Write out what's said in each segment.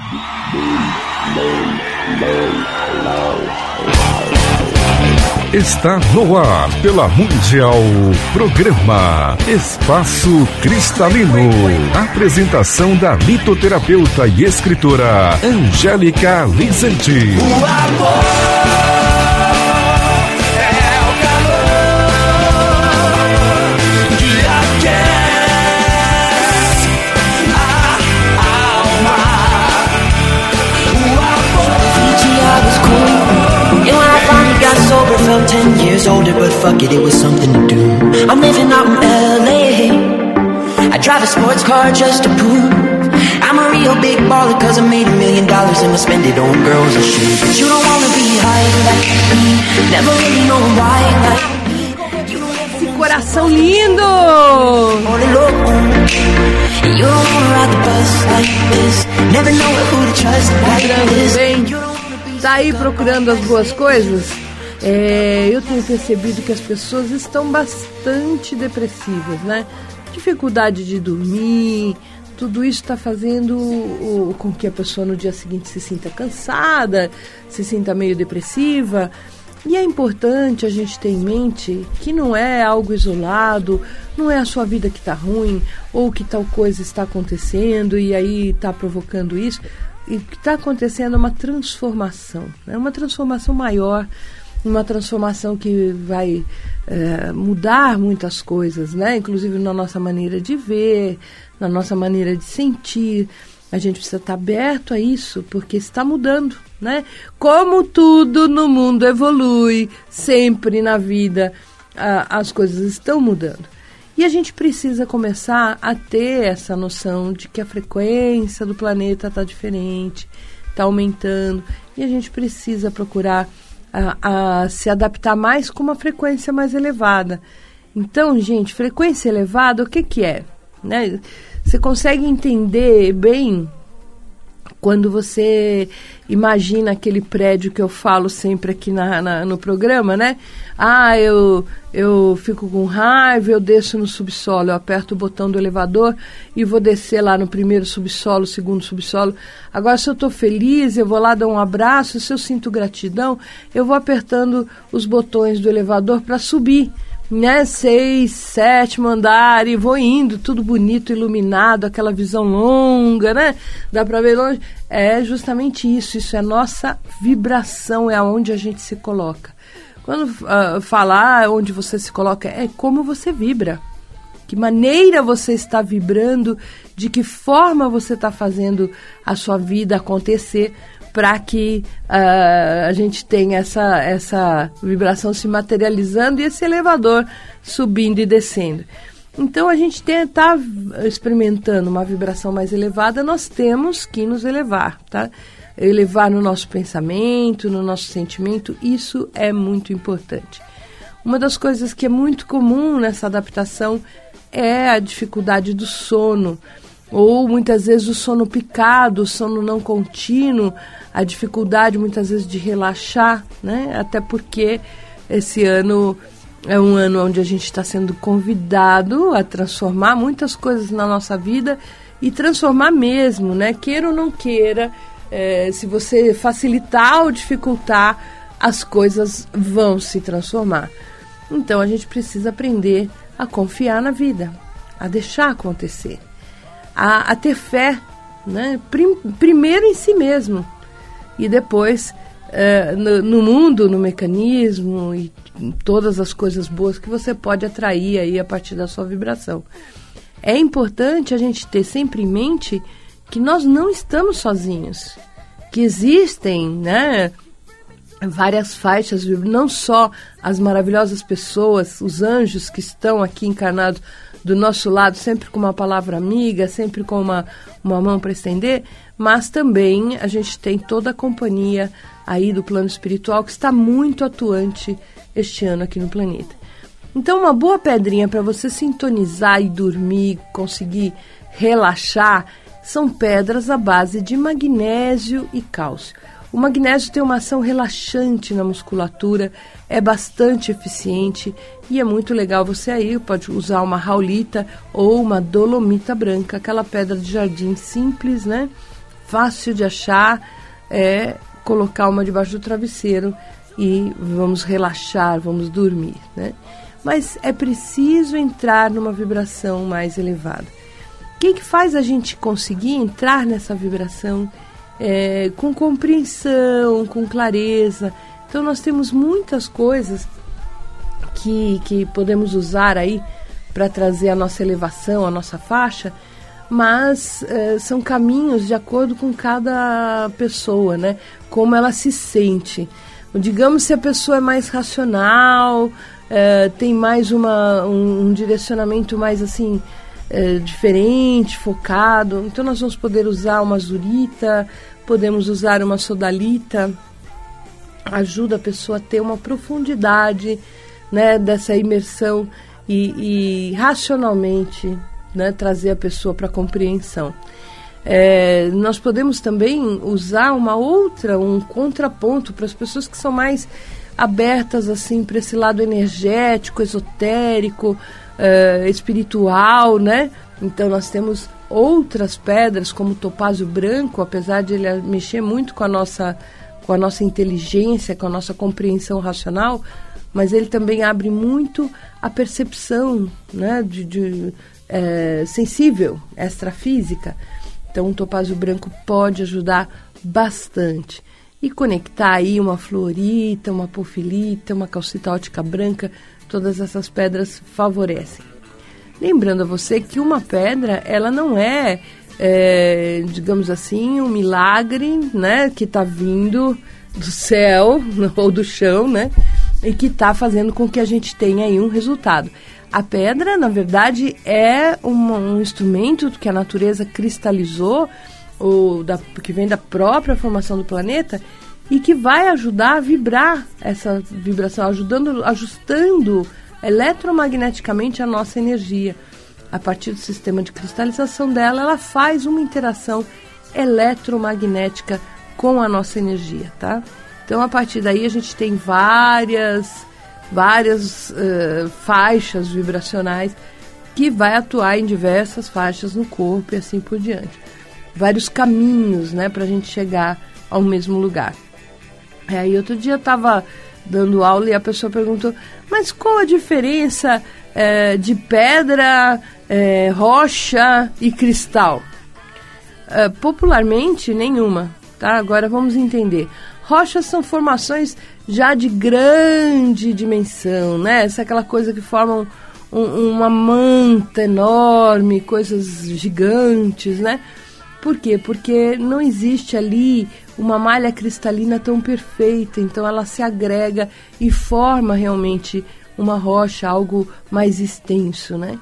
Está no ar pela Mundial, programa Espaço Cristalino. Apresentação da litoterapeuta e escritora Angélica Lizente. O amor é o calor que aquece a alma. O amor. I was cool. And when I finally got sober, felt 10 years older, but fuck it, it was something to do. I'm living out in LA. I drive a sports car just to prove I'm a real big baller, cause I made $1 million and I spend it on girls and shoes. But you don't wanna be high like me, never really know why like me. Esse coração lindo! All alone. You don't wanna ride the bus like this, never know who to trust like this. Tá aí procurando as boas coisas? Eu tenho percebido que as pessoas estão bastante depressivas, né? Dificuldade de dormir, tudo isso está fazendo com que a pessoa no dia seguinte se sinta cansada, se sinta meio depressiva. E é importante a gente ter em mente que não é algo isolado, não é a sua vida que está ruim, ou que tal coisa está acontecendo e aí está provocando isso. E o que está acontecendo é uma transformação, né? Uma transformação maior, uma transformação que vai mudar muitas coisas, né? Inclusive na nossa maneira de ver, na nossa maneira de sentir. A gente precisa estar aberto a isso, porque está mudando, né? Como tudo no mundo evolui, sempre na vida as coisas estão mudando. E a gente precisa começar a ter essa noção de que a frequência do planeta está diferente, está aumentando, e a gente precisa procurar a se adaptar mais com uma frequência mais elevada. Então, gente, frequência elevada, o que é? Né? Você consegue entender bem quando você imagina aquele prédio que eu falo sempre aqui no programa, né? Eu fico com raiva, eu desço no subsolo, eu aperto o botão do elevador e vou descer lá no primeiro subsolo, segundo subsolo. Agora, se eu estou feliz, eu vou lá dar um abraço, se eu sinto gratidão, eu vou apertando os botões do elevador para subir, né? 6º, 7º andar, e vou indo, tudo bonito, iluminado, aquela visão longa, né? Dá para ver longe. É justamente isso é nossa vibração, é aonde a gente se coloca. Quando falar onde você se coloca, é como você vibra, que maneira você está vibrando, de que forma você está fazendo a sua vida acontecer, para que a gente tenha essa vibração se materializando e esse elevador subindo e descendo. Então, a gente está experimentando uma vibração mais elevada, nós temos que nos elevar, tá? Elevar no nosso pensamento, no nosso sentimento, isso é muito importante. Uma das coisas que é muito comum nessa adaptação é a dificuldade do sono, ou muitas vezes o sono picado, o sono não contínuo, a dificuldade muitas vezes de relaxar, né? Até porque esse ano é um ano onde a gente está sendo convidado a transformar muitas coisas na nossa vida e transformar mesmo, né? Queira ou não queira, se você facilitar ou dificultar, as coisas vão se transformar. Então a gente precisa aprender a confiar na vida, a deixar acontecer, a ter fé, né? Primeiro em si mesmo e depois no mundo, no mecanismo e em todas as coisas boas que você pode atrair aí a partir da sua vibração. É importante a gente ter sempre em mente que nós não estamos sozinhos, que existem, né, várias faixas, não só as maravilhosas pessoas, os anjos que estão aqui encarnados do nosso lado, sempre com uma palavra amiga, sempre com uma mão para estender, mas também a gente tem toda a companhia aí do plano espiritual que está muito atuante este ano aqui no planeta. Então, uma boa pedrinha para você sintonizar e dormir, conseguir relaxar, são pedras à base de magnésio e cálcio. O magnésio tem uma ação relaxante na musculatura, é bastante eficiente e é muito legal. Você aí pode usar uma raulita ou uma dolomita branca, aquela pedra de jardim simples, né? fácil de achar, é colocar uma debaixo do travesseiro e vamos relaxar, vamos dormir, né? Mas é preciso entrar numa vibração mais elevada. O que faz a gente conseguir entrar nessa vibração com compreensão, com clareza? Então nós temos muitas coisas que podemos usar aí para trazer a nossa elevação, a nossa faixa, mas são caminhos de acordo com cada pessoa, né? Como ela se sente. Digamos, se a pessoa é mais racional, tem mais um direcionamento mais assim, diferente, focado, então nós vamos poder usar uma zurita, podemos usar uma sodalita, ajuda a pessoa a ter uma profundidade, né, dessa imersão e racionalmente, né, trazer a pessoa para a compreensão. Nós podemos também usar um contraponto para as pessoas que são mais abertas assim para esse lado energético, esotérico, espiritual, né? Então nós temos outras pedras como o topázio branco, apesar de ele mexer muito com a nossa inteligência, com a nossa compreensão racional, mas ele também abre muito a percepção, né, sensível, extrafísica. Então o topázio branco pode ajudar bastante. E conectar aí uma fluorita, uma porfirita, uma calcita ótica branca, todas essas pedras favorecem. Lembrando a você que uma pedra, ela não é, digamos assim, um milagre, né, que está vindo do céu ou do chão, né, e que está fazendo com que a gente tenha aí um resultado. A pedra, na verdade, é um instrumento que a natureza cristalizou, que vem da própria formação do planeta, e que vai ajudar a vibrar essa vibração, ajustando eletromagneticamente a nossa energia. A partir do sistema de cristalização dela, ela faz uma interação eletromagnética com a nossa energia, tá? Então, a partir daí, a gente tem várias faixas vibracionais que vai atuar em diversas faixas no corpo e assim por diante. Vários caminhos, né, para a gente chegar ao mesmo lugar. Aí outro dia eu estava dando aula e a pessoa perguntou, mas qual a diferença de pedra, rocha e cristal? Popularmente, nenhuma, tá? Agora vamos entender. Rochas são formações já de grande dimensão, né? Essa é aquela coisa que formam uma manta enorme, coisas gigantes, né? Por quê? Porque não existe ali uma malha cristalina tão perfeita, então ela se agrega e forma realmente uma rocha, algo mais extenso, né?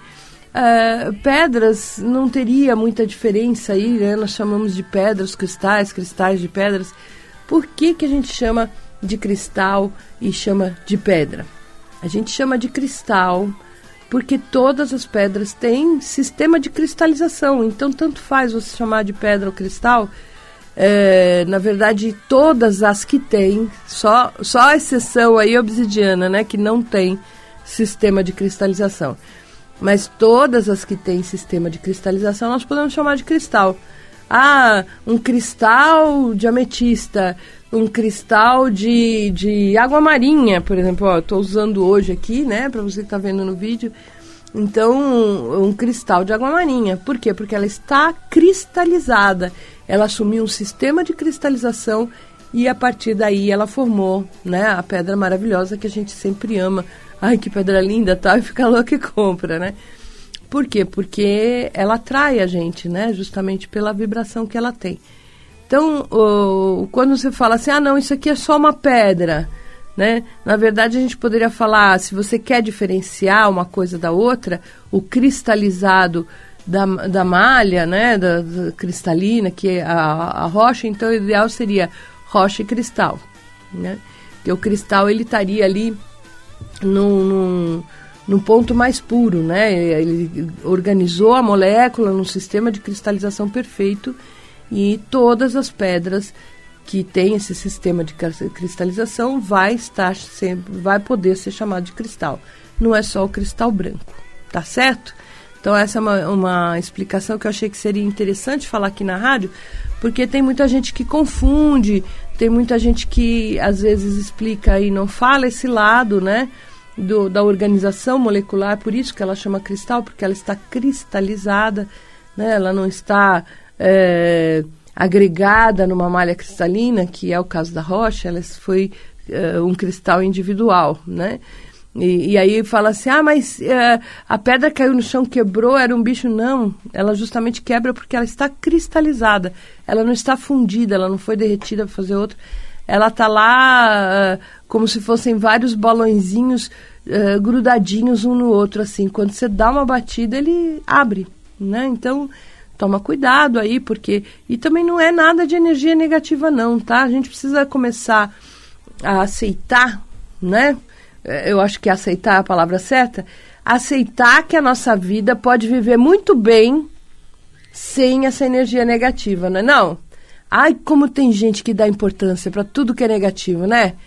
Pedras não teria muita diferença aí, né? Nós chamamos de pedras, cristais de pedras. Por que a gente chama de cristal e chama de pedra? A gente chama de cristal porque todas as pedras têm sistema de cristalização, então tanto faz você chamar de pedra ou cristal. Na verdade, todas as que têm, só a exceção aí obsidiana, né, que não tem sistema de cristalização. Mas todas as que têm sistema de cristalização nós podemos chamar de cristal. Um cristal de ametista, um cristal de água marinha, por exemplo, estou usando hoje aqui, né, para você que está vendo no vídeo. Então, um cristal de água marinha. Por quê? Porque ela está cristalizada. Ela assumiu um sistema de cristalização e a partir daí ela formou, né, a pedra maravilhosa que a gente sempre ama. Ai, que pedra linda, tá? E fica louca e compra, né? Por quê? Porque ela atrai a gente, né? Justamente pela vibração que ela tem. Então, quando você fala assim, não, isso aqui é só uma pedra, né? Na verdade, a gente poderia falar, se você quer diferenciar uma coisa da outra, o cristalizado da malha, né? Da cristalina, que é a rocha, então o ideal seria rocha e cristal, né? Porque o cristal, ele estaria ali no ponto mais puro, né? Ele organizou a molécula num sistema de cristalização perfeito e todas as pedras que têm esse sistema de cristalização vai poder ser chamado de cristal. Não é só o cristal branco, tá certo? Então essa é uma explicação que eu achei que seria interessante falar aqui na rádio, porque tem muita gente que confunde, tem muita gente que às vezes explica e não fala esse lado, né, da organização molecular, por isso que ela chama cristal, porque ela está cristalizada, né, ela não está agregada numa malha cristalina, que é o caso da rocha, ela foi um cristal individual, né? E aí fala assim, mas a pedra caiu no chão, quebrou, era um bicho. Não, ela justamente quebra porque ela está cristalizada, ela não está fundida, ela não foi derretida para fazer outra, ela está lá como se fossem vários balõezinhos grudadinhos um no outro, assim, quando você dá uma batida ele abre, né? Então toma cuidado aí, porque... E também não é nada de energia negativa não, tá? A gente precisa começar a aceitar, né? Eu acho que aceitar é a palavra certa. Aceitar que a nossa vida pode viver muito bem sem essa energia negativa, não é não? Ai, como tem gente que dá importância para tudo que é negativo, né?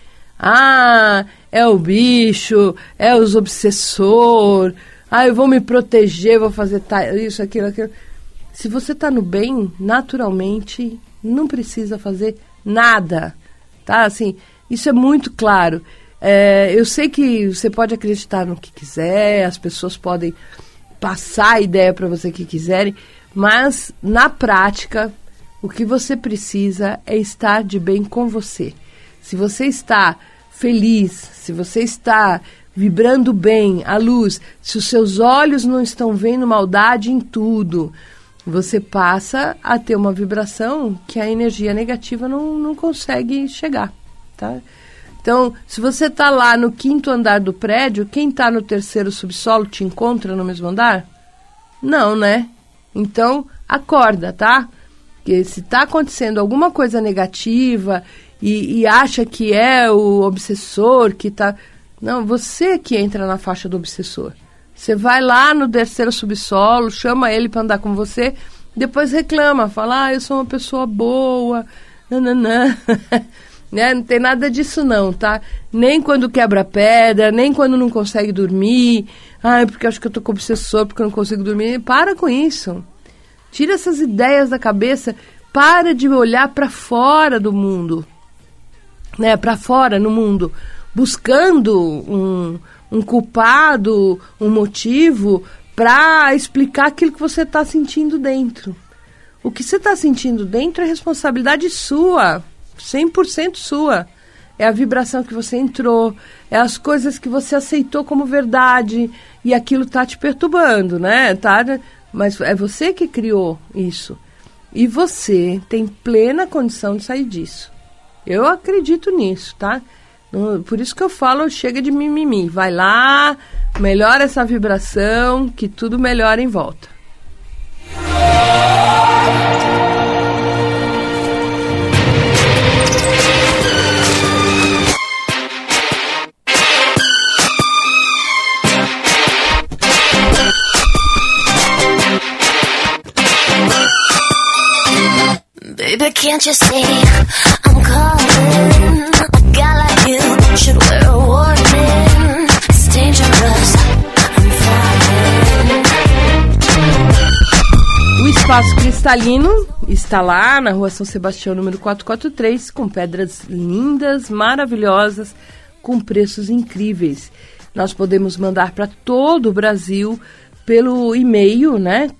É o bicho, é os obsessor. Eu vou me proteger, vou fazer isso, aquilo. Se você está no bem, naturalmente, não precisa fazer nada, tá? Assim, isso é muito claro. Eu sei que você pode acreditar no que quiser, as pessoas podem passar a ideia para você que quiserem, mas, na prática, o que você precisa é estar de bem com você. Se você está feliz, se você está vibrando bem, a luz, se os seus olhos não estão vendo maldade em tudo, você passa a ter uma vibração que a energia negativa não consegue chegar, tá? Então, se você está lá no 5º andar do prédio, quem está no 3º subsolo te encontra no mesmo andar? Não, né? Então, acorda, tá? Porque se está acontecendo alguma coisa negativa e acha que é o obsessor que está... Não, você que entra na faixa do obsessor. Você vai lá no 3º subsolo, chama ele para andar com você, depois reclama, fala, eu sou uma pessoa boa, nananã. Né? Não tem nada disso não, tá? Nem quando quebra pedra, nem quando não consegue dormir. Porque acho que eu tô com obsessor, porque eu não consigo dormir. Para com isso. Tira essas ideias da cabeça. Para de olhar para fora do mundo. Né? Para fora no mundo. Buscando um culpado, um motivo para explicar aquilo que você está sentindo dentro. O que você está sentindo dentro é responsabilidade sua. 100% sua. É a vibração que você entrou, é as coisas que você aceitou como verdade e aquilo tá te perturbando, né? Mas é você que criou isso. E você tem plena condição de sair disso. Eu acredito nisso, tá? Por isso que eu falo, chega de mimimi. Vai lá, melhora essa vibração, que tudo melhora em volta. Baby, can't you see I'm calling? A guy like you should wear a warning. It's dangerous, I'm falling. O Espaço Cristalino está lá na Rua São Sebastião, número 443, com pedras lindas, maravilhosas, com preços incríveis. Nós podemos mandar para todo o Brasil pelo e-mail, né,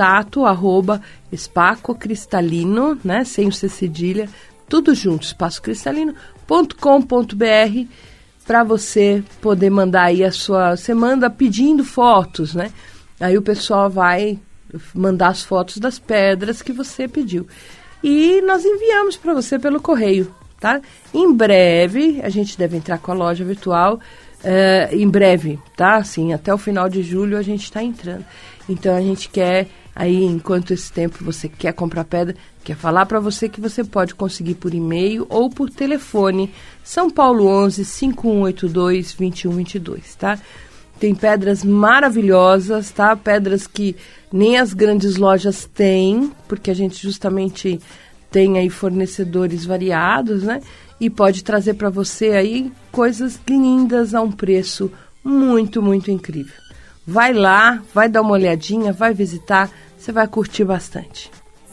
contato@espacocristalino, né, sem o C cedilha, tudo junto, espacocristalino.com.br, para você poder mandar aí você manda pedindo fotos, né, aí o pessoal vai mandar as fotos das pedras que você pediu. E nós enviamos para você pelo correio, tá? Em breve, a gente deve entrar com a loja virtual, em breve, tá? Assim, até o final de julho a gente está entrando. Então a gente quer, aí enquanto esse tempo você quer comprar pedra, quer falar para você que você pode conseguir por e-mail ou por telefone, São Paulo 11 5182 2122, tá? Tem pedras maravilhosas, tá? Pedras que nem as grandes lojas têm, porque a gente justamente tem aí fornecedores variados, né? E pode trazer para você aí coisas lindas a um preço muito, muito incrível. vai lá, vai dar uma olhadinha, vai visitar, você vai curtir bastante.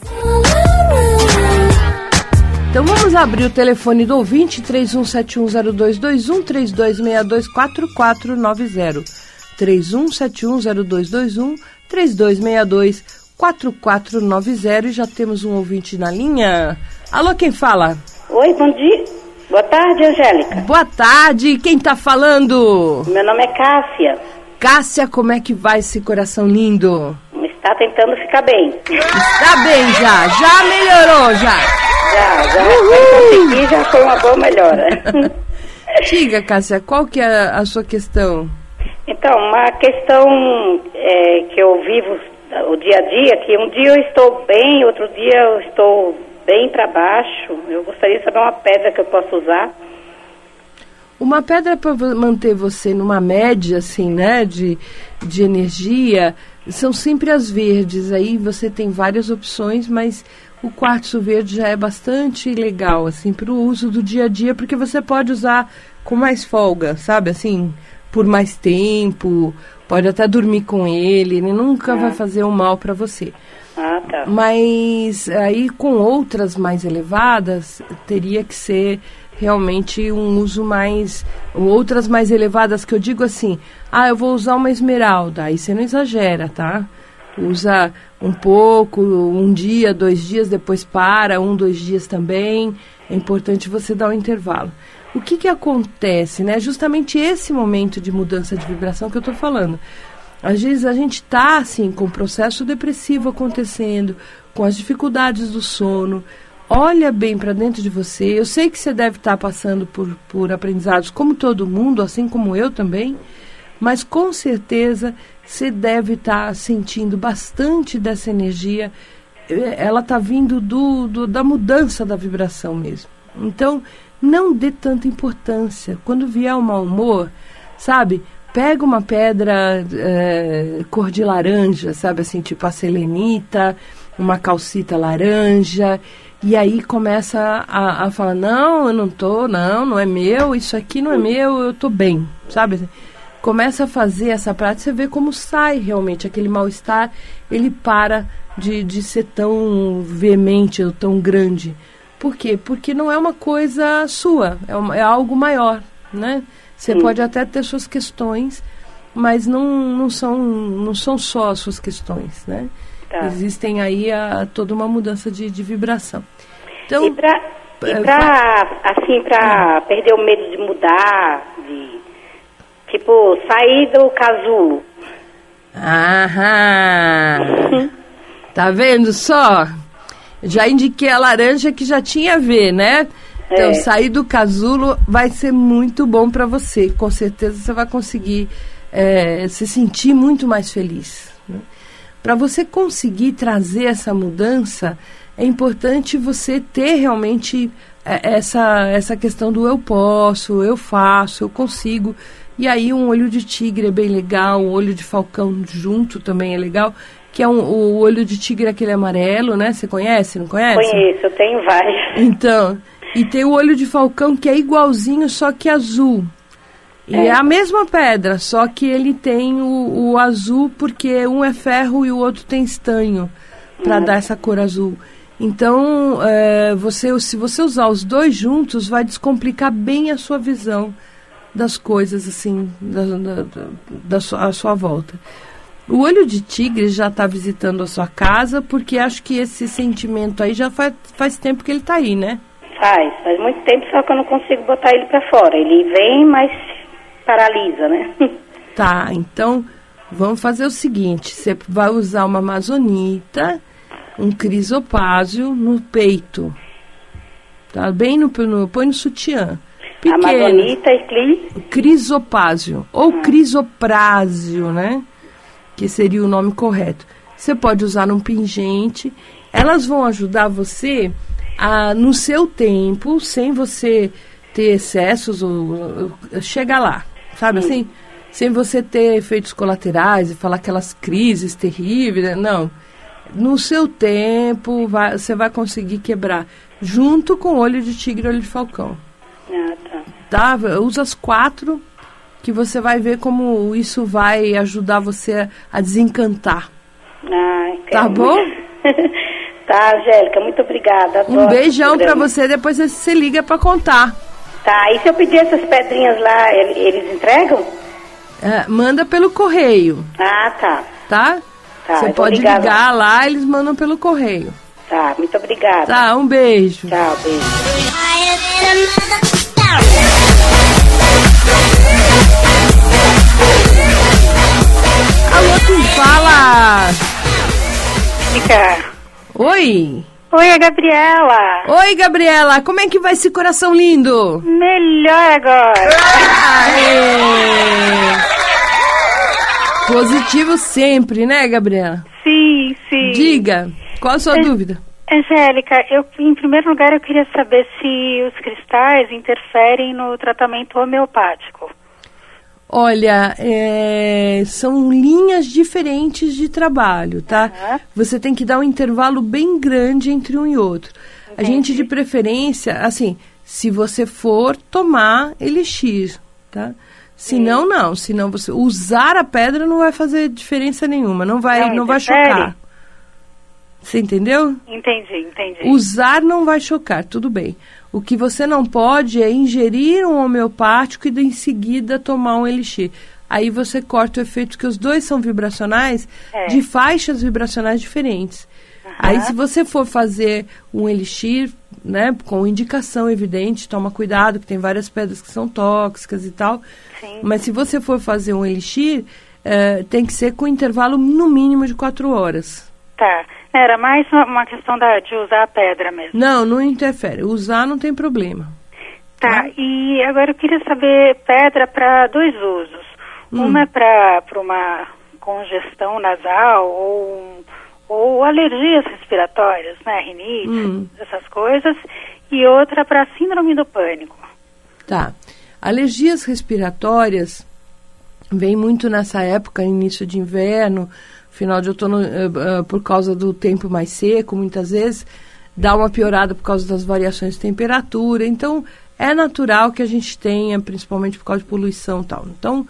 Então vamos abrir o telefone do ouvinte, 31710221, 32624490. 31710221, 32624490. E já temos um ouvinte na linha. Alô, quem fala? Oi, bom dia. Boa tarde, Angélica. Boa tarde, quem tá falando? Meu nome é Cássia. Cássia, como é que vai esse coração lindo? Está tentando ficar bem. Está bem já melhorou já. Já consegui, já foi uma boa melhora. Diga, Cássia, qual que é a sua questão? Então, uma questão que eu vivo o dia a dia, que um dia eu estou bem, outro dia eu estou bem para baixo. Eu gostaria de saber uma pedra que eu posso usar. Uma pedra para manter você numa média, assim, né, de energia, são sempre as verdes. Aí você tem várias opções, mas o quartzo verde já é bastante legal, assim, para o uso do dia a dia, porque você pode usar com mais folga, sabe, assim, por mais tempo, pode até dormir com ele nunca vai fazer um mal para você. Ah, tá. Mas aí com outras mais elevadas, teria que ser realmente um uso mais... Outras mais elevadas que eu digo assim, eu vou usar uma esmeralda, aí você não exagera, tá? Usa um pouco, um dia, 2 dias, depois para, 2 dias também. É importante você dar um intervalo. O que acontece, né? Justamente esse momento de mudança de vibração que eu estou falando. Às vezes a gente está, assim, com um processo depressivo acontecendo, com as dificuldades do sono. Olha bem para dentro de você. Eu sei que você deve estar passando por aprendizados como todo mundo, assim como eu também, mas com certeza você deve estar sentindo bastante dessa energia. Ela está vindo da mudança da vibração mesmo. Então, não dê tanta importância. Quando vier o mau humor, sabe, pega uma pedra cor de laranja, sabe, assim, tipo a selenita, uma calcita laranja, e aí começa a falar, não, eu não tô, não é meu, isso aqui não é meu, eu tô bem, sabe? Começa a fazer essa prática, você vê como sai realmente aquele mal-estar, ele para de ser tão veemente ou tão grande. Por quê? Porque não é uma coisa sua, é algo maior, né? Você pode até ter suas questões, mas não são só as suas questões, né? Tá. Existem aí toda uma mudança de vibração. Então, e para perder o medo de mudar, tipo, sair do casulo. Tá vendo só? Já indiquei a laranja que já tinha a ver, né? Então, sair do casulo vai ser muito bom para você. Com certeza você vai conseguir se sentir muito mais feliz. Né? Para você conseguir trazer essa mudança, é importante você ter realmente essa questão do eu posso, eu faço, eu consigo. E aí um olho de tigre é bem legal, um olho de falcão junto também é legal, que é o olho de tigre aquele amarelo, né? Você conhece, não conhece? Conheço, eu tenho vários. Então, e tem o olho de falcão que é igualzinho, só que azul. E é a mesma pedra, só que ele tem o azul porque um é ferro e o outro tem estanho para dar essa cor azul. Então, se você usar os dois juntos, vai descomplicar bem a sua visão das coisas, assim, à sua volta. O olho de tigre já está visitando a sua casa, porque acho que esse sentimento aí já faz tempo que ele está aí, né? Faz muito tempo, só que eu não consigo botar ele para fora. Ele vem, mas paralisa, né? Tá, então vamos fazer o seguinte, você vai usar uma amazonita, um crisopásio no peito, tá? Bem põe no sutiã. Pequeno. Amazonita e crisopásio, ou crisoprásio, né? Que seria o nome correto. Você pode usar num pingente. Elas vão ajudar você no seu tempo, sem você ter excessos ou chegar lá, sabe assim? Sem você ter efeitos colaterais e falar aquelas crises terríveis, né? Não. No seu tempo, você vai conseguir quebrar, junto com olho de tigre e olho de falcão. Tá. Usa as 4 que você vai ver como isso vai ajudar você a desencantar. Tá bom? Tá, Angélica, muito obrigada. Um beijão pra você, depois você liga pra contar. Tá, e se eu pedir essas pedrinhas lá, eles entregam? Manda pelo correio. Tá. Tá? Você pode ligar lá, eles mandam pelo correio. Tá, muito obrigada. Tá, um beijo. Tchau, beijo. Alô, quem fala? Fica. Oi. Oi, é a Gabriela. Oi, Gabriela. Como é que vai esse coração lindo? Melhor agora. Positivo sempre, né, Gabriela? Sim, sim. Diga, qual a sua dúvida? Angélica, em primeiro lugar eu queria saber se os cristais interferem no tratamento homeopático. Olha, são linhas diferentes de trabalho, tá? Você tem que dar um intervalo bem grande entre um e outro. Entendi. A gente, de preferência, assim, se você for tomar elixir, tá? Se não, não. Se não, você usar a pedra não vai fazer diferença nenhuma, não vai chocar. Você entendeu? Entendi. Usar não vai chocar, tudo bem. O que você não pode é ingerir um homeopático e em seguida tomar um elixir. Aí você corta o efeito, que os dois são vibracionais, de faixas vibracionais diferentes. Aí se você for fazer um elixir, né, com indicação evidente, toma cuidado, que tem várias pedras que são tóxicas e tal. Sim. Mas se você for fazer um elixir, tem que ser com intervalo no mínimo de 4 horas. Tá. Era mais uma questão de usar a pedra mesmo. Não interfere. Usar não tem problema. Tá, e agora eu queria saber pedra para 2 usos. Uma é para uma congestão nasal ou alergias respiratórias, né? Rinite, essas coisas. E outra para síndrome do pânico. Tá. Alergias respiratórias vem muito nessa época, início de inverno, final de outono, por causa do tempo mais seco, muitas vezes dá uma piorada por causa das variações de temperatura. Então, é natural que a gente tenha, principalmente por causa de poluição e tal. Então,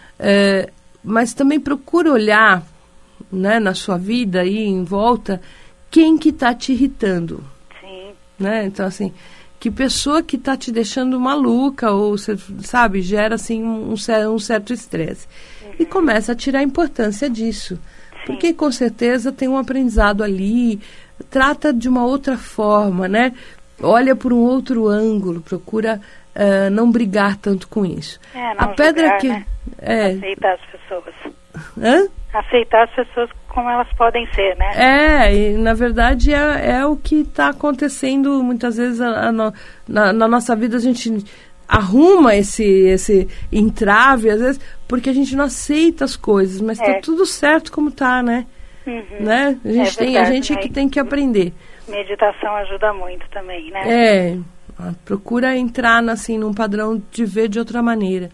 mas também procura olhar, né, na sua vida aí em volta, quem que está te irritando. Sim. Né? Então, assim, que pessoa que está te deixando maluca ou, sabe, gera, assim, um certo estresse. E começa a tirar a importância disso. Porque, com certeza, tem um aprendizado ali, trata de uma outra forma, né? Olha por um outro ângulo, procura não brigar tanto com isso. Não a pedra julgar, que... né? Aceitar as pessoas. Aceitar as pessoas como elas podem ser, né? E na verdade é o que está acontecendo muitas vezes na nossa vida. A gente arruma esse entrave, às vezes, porque a gente não aceita as coisas, mas está tudo certo como está, né? Né? A gente é que tem que aprender. Meditação ajuda muito também, né? Procura entrar assim, num padrão de ver de outra maneira.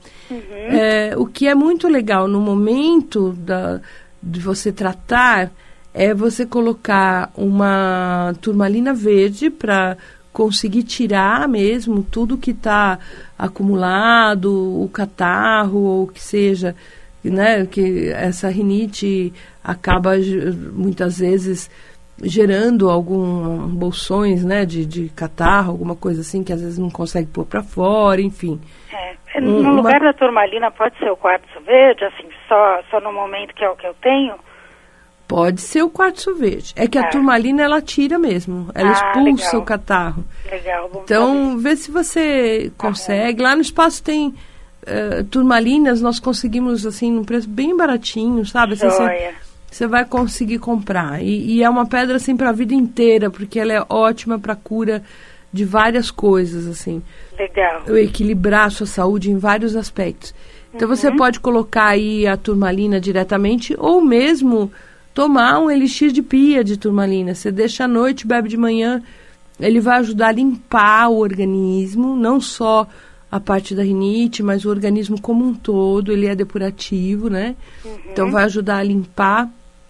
O que é muito legal no momento de você tratar é você colocar uma turmalina verde para conseguir tirar mesmo tudo que está acumulado, o catarro ou o que seja, né? Que essa rinite acaba muitas vezes gerando alguns bolsões, né, de catarro, alguma coisa assim, que às vezes não consegue pôr para fora, enfim. No lugar da turmalina pode ser o quartzo verde, assim, só no momento que é o que eu tenho? Pode ser o quartzo verde. É que a turmalina, ela tira mesmo, ela expulsa legal. O catarro. Legal, bom então, vê se você consegue. Lá no espaço tem turmalinas, nós conseguimos, assim, num preço bem baratinho, sabe? Assim, você vai conseguir comprar. E é uma pedra, assim, para a vida inteira, porque ela é ótima para cura de várias coisas, assim. Legal. Equilibrar a sua saúde em vários aspectos. Então, você pode colocar aí a turmalina diretamente, ou mesmo tomar um elixir de pia de turmalina. Você deixa à noite, bebe de manhã, ele vai ajudar a limpar o organismo, não só a parte da rinite, mas o organismo como um todo, ele é depurativo, né? Então vai ajudar a limpar.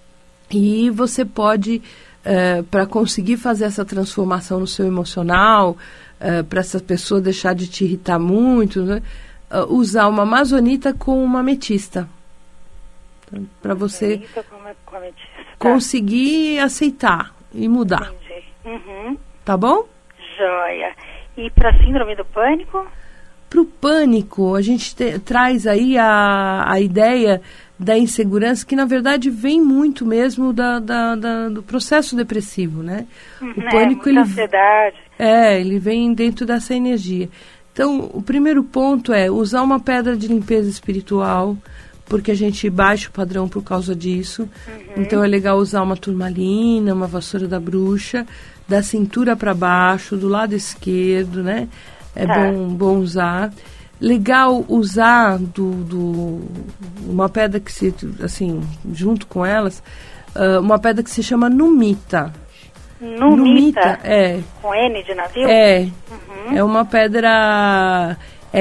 E você pode, para conseguir fazer essa transformação no seu emocional, para essa pessoa deixar de te irritar muito, né? usar uma amazonita com uma ametista. Para você conseguir aceitar e mudar. Entendi. Uhum. Tá bom? Joia. E para síndrome do pânico? Para o pânico, a gente traz aí a ideia da insegurança, que na verdade vem muito mesmo do processo depressivo, né? O pânico, muita ansiedade. Ele vem dentro dessa energia. Então, o primeiro ponto é usar uma pedra de limpeza espiritual, porque a gente baixa o padrão por causa disso. Então, é legal usar uma turmalina, uma vassoura da bruxa, da cintura para baixo, do lado esquerdo, né? É bom usar. Legal usar uma pedra que se, assim, junto com elas, uma pedra que se chama numita. Numita? Com N de navio? É uma pedra,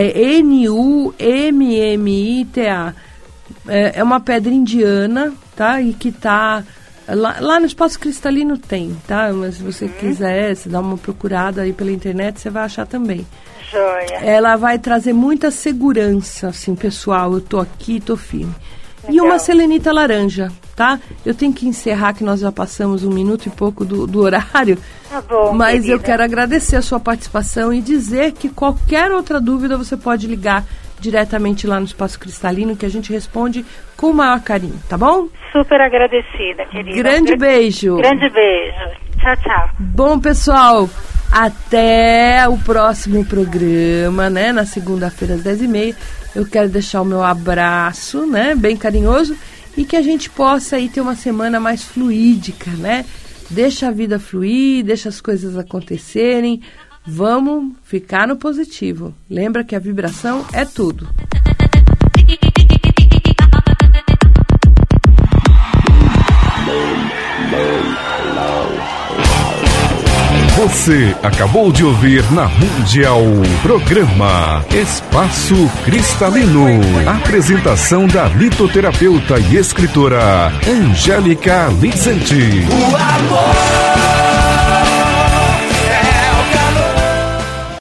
N-U-M-M-I-T-A. É uma pedra indiana, tá? E que tá lá no Espaço Cristalino tem, tá? Mas se você quiser, se dá uma procurada aí pela internet, você vai achar também. Joia. Ela vai trazer muita segurança, assim, pessoal. Eu tô aqui, tô firme. Legal. E uma selenita laranja, tá? Eu tenho que encerrar, que nós já passamos 1 minuto e pouco do horário. Tá bom, mas querida, eu quero agradecer a sua participação e dizer que qualquer outra dúvida você pode ligar diretamente lá no Espaço Cristalino, que a gente responde com o maior carinho, tá bom? Super agradecida, querida. Grande beijo. Grande beijo. Tchau, tchau. Bom, pessoal, até o próximo programa, né? Na segunda-feira às 10h30. Eu quero deixar o meu abraço, né? Bem carinhoso, e que a gente possa aí ter uma semana mais fluídica, né? Deixa a vida fluir, deixa as coisas acontecerem. Vamos ficar no positivo. Lembra que a vibração é tudo. Você acabou de ouvir na Mundial programa Espaço Cristalino. Apresentação da litoterapeuta e escritora Angélica Lizente. O amor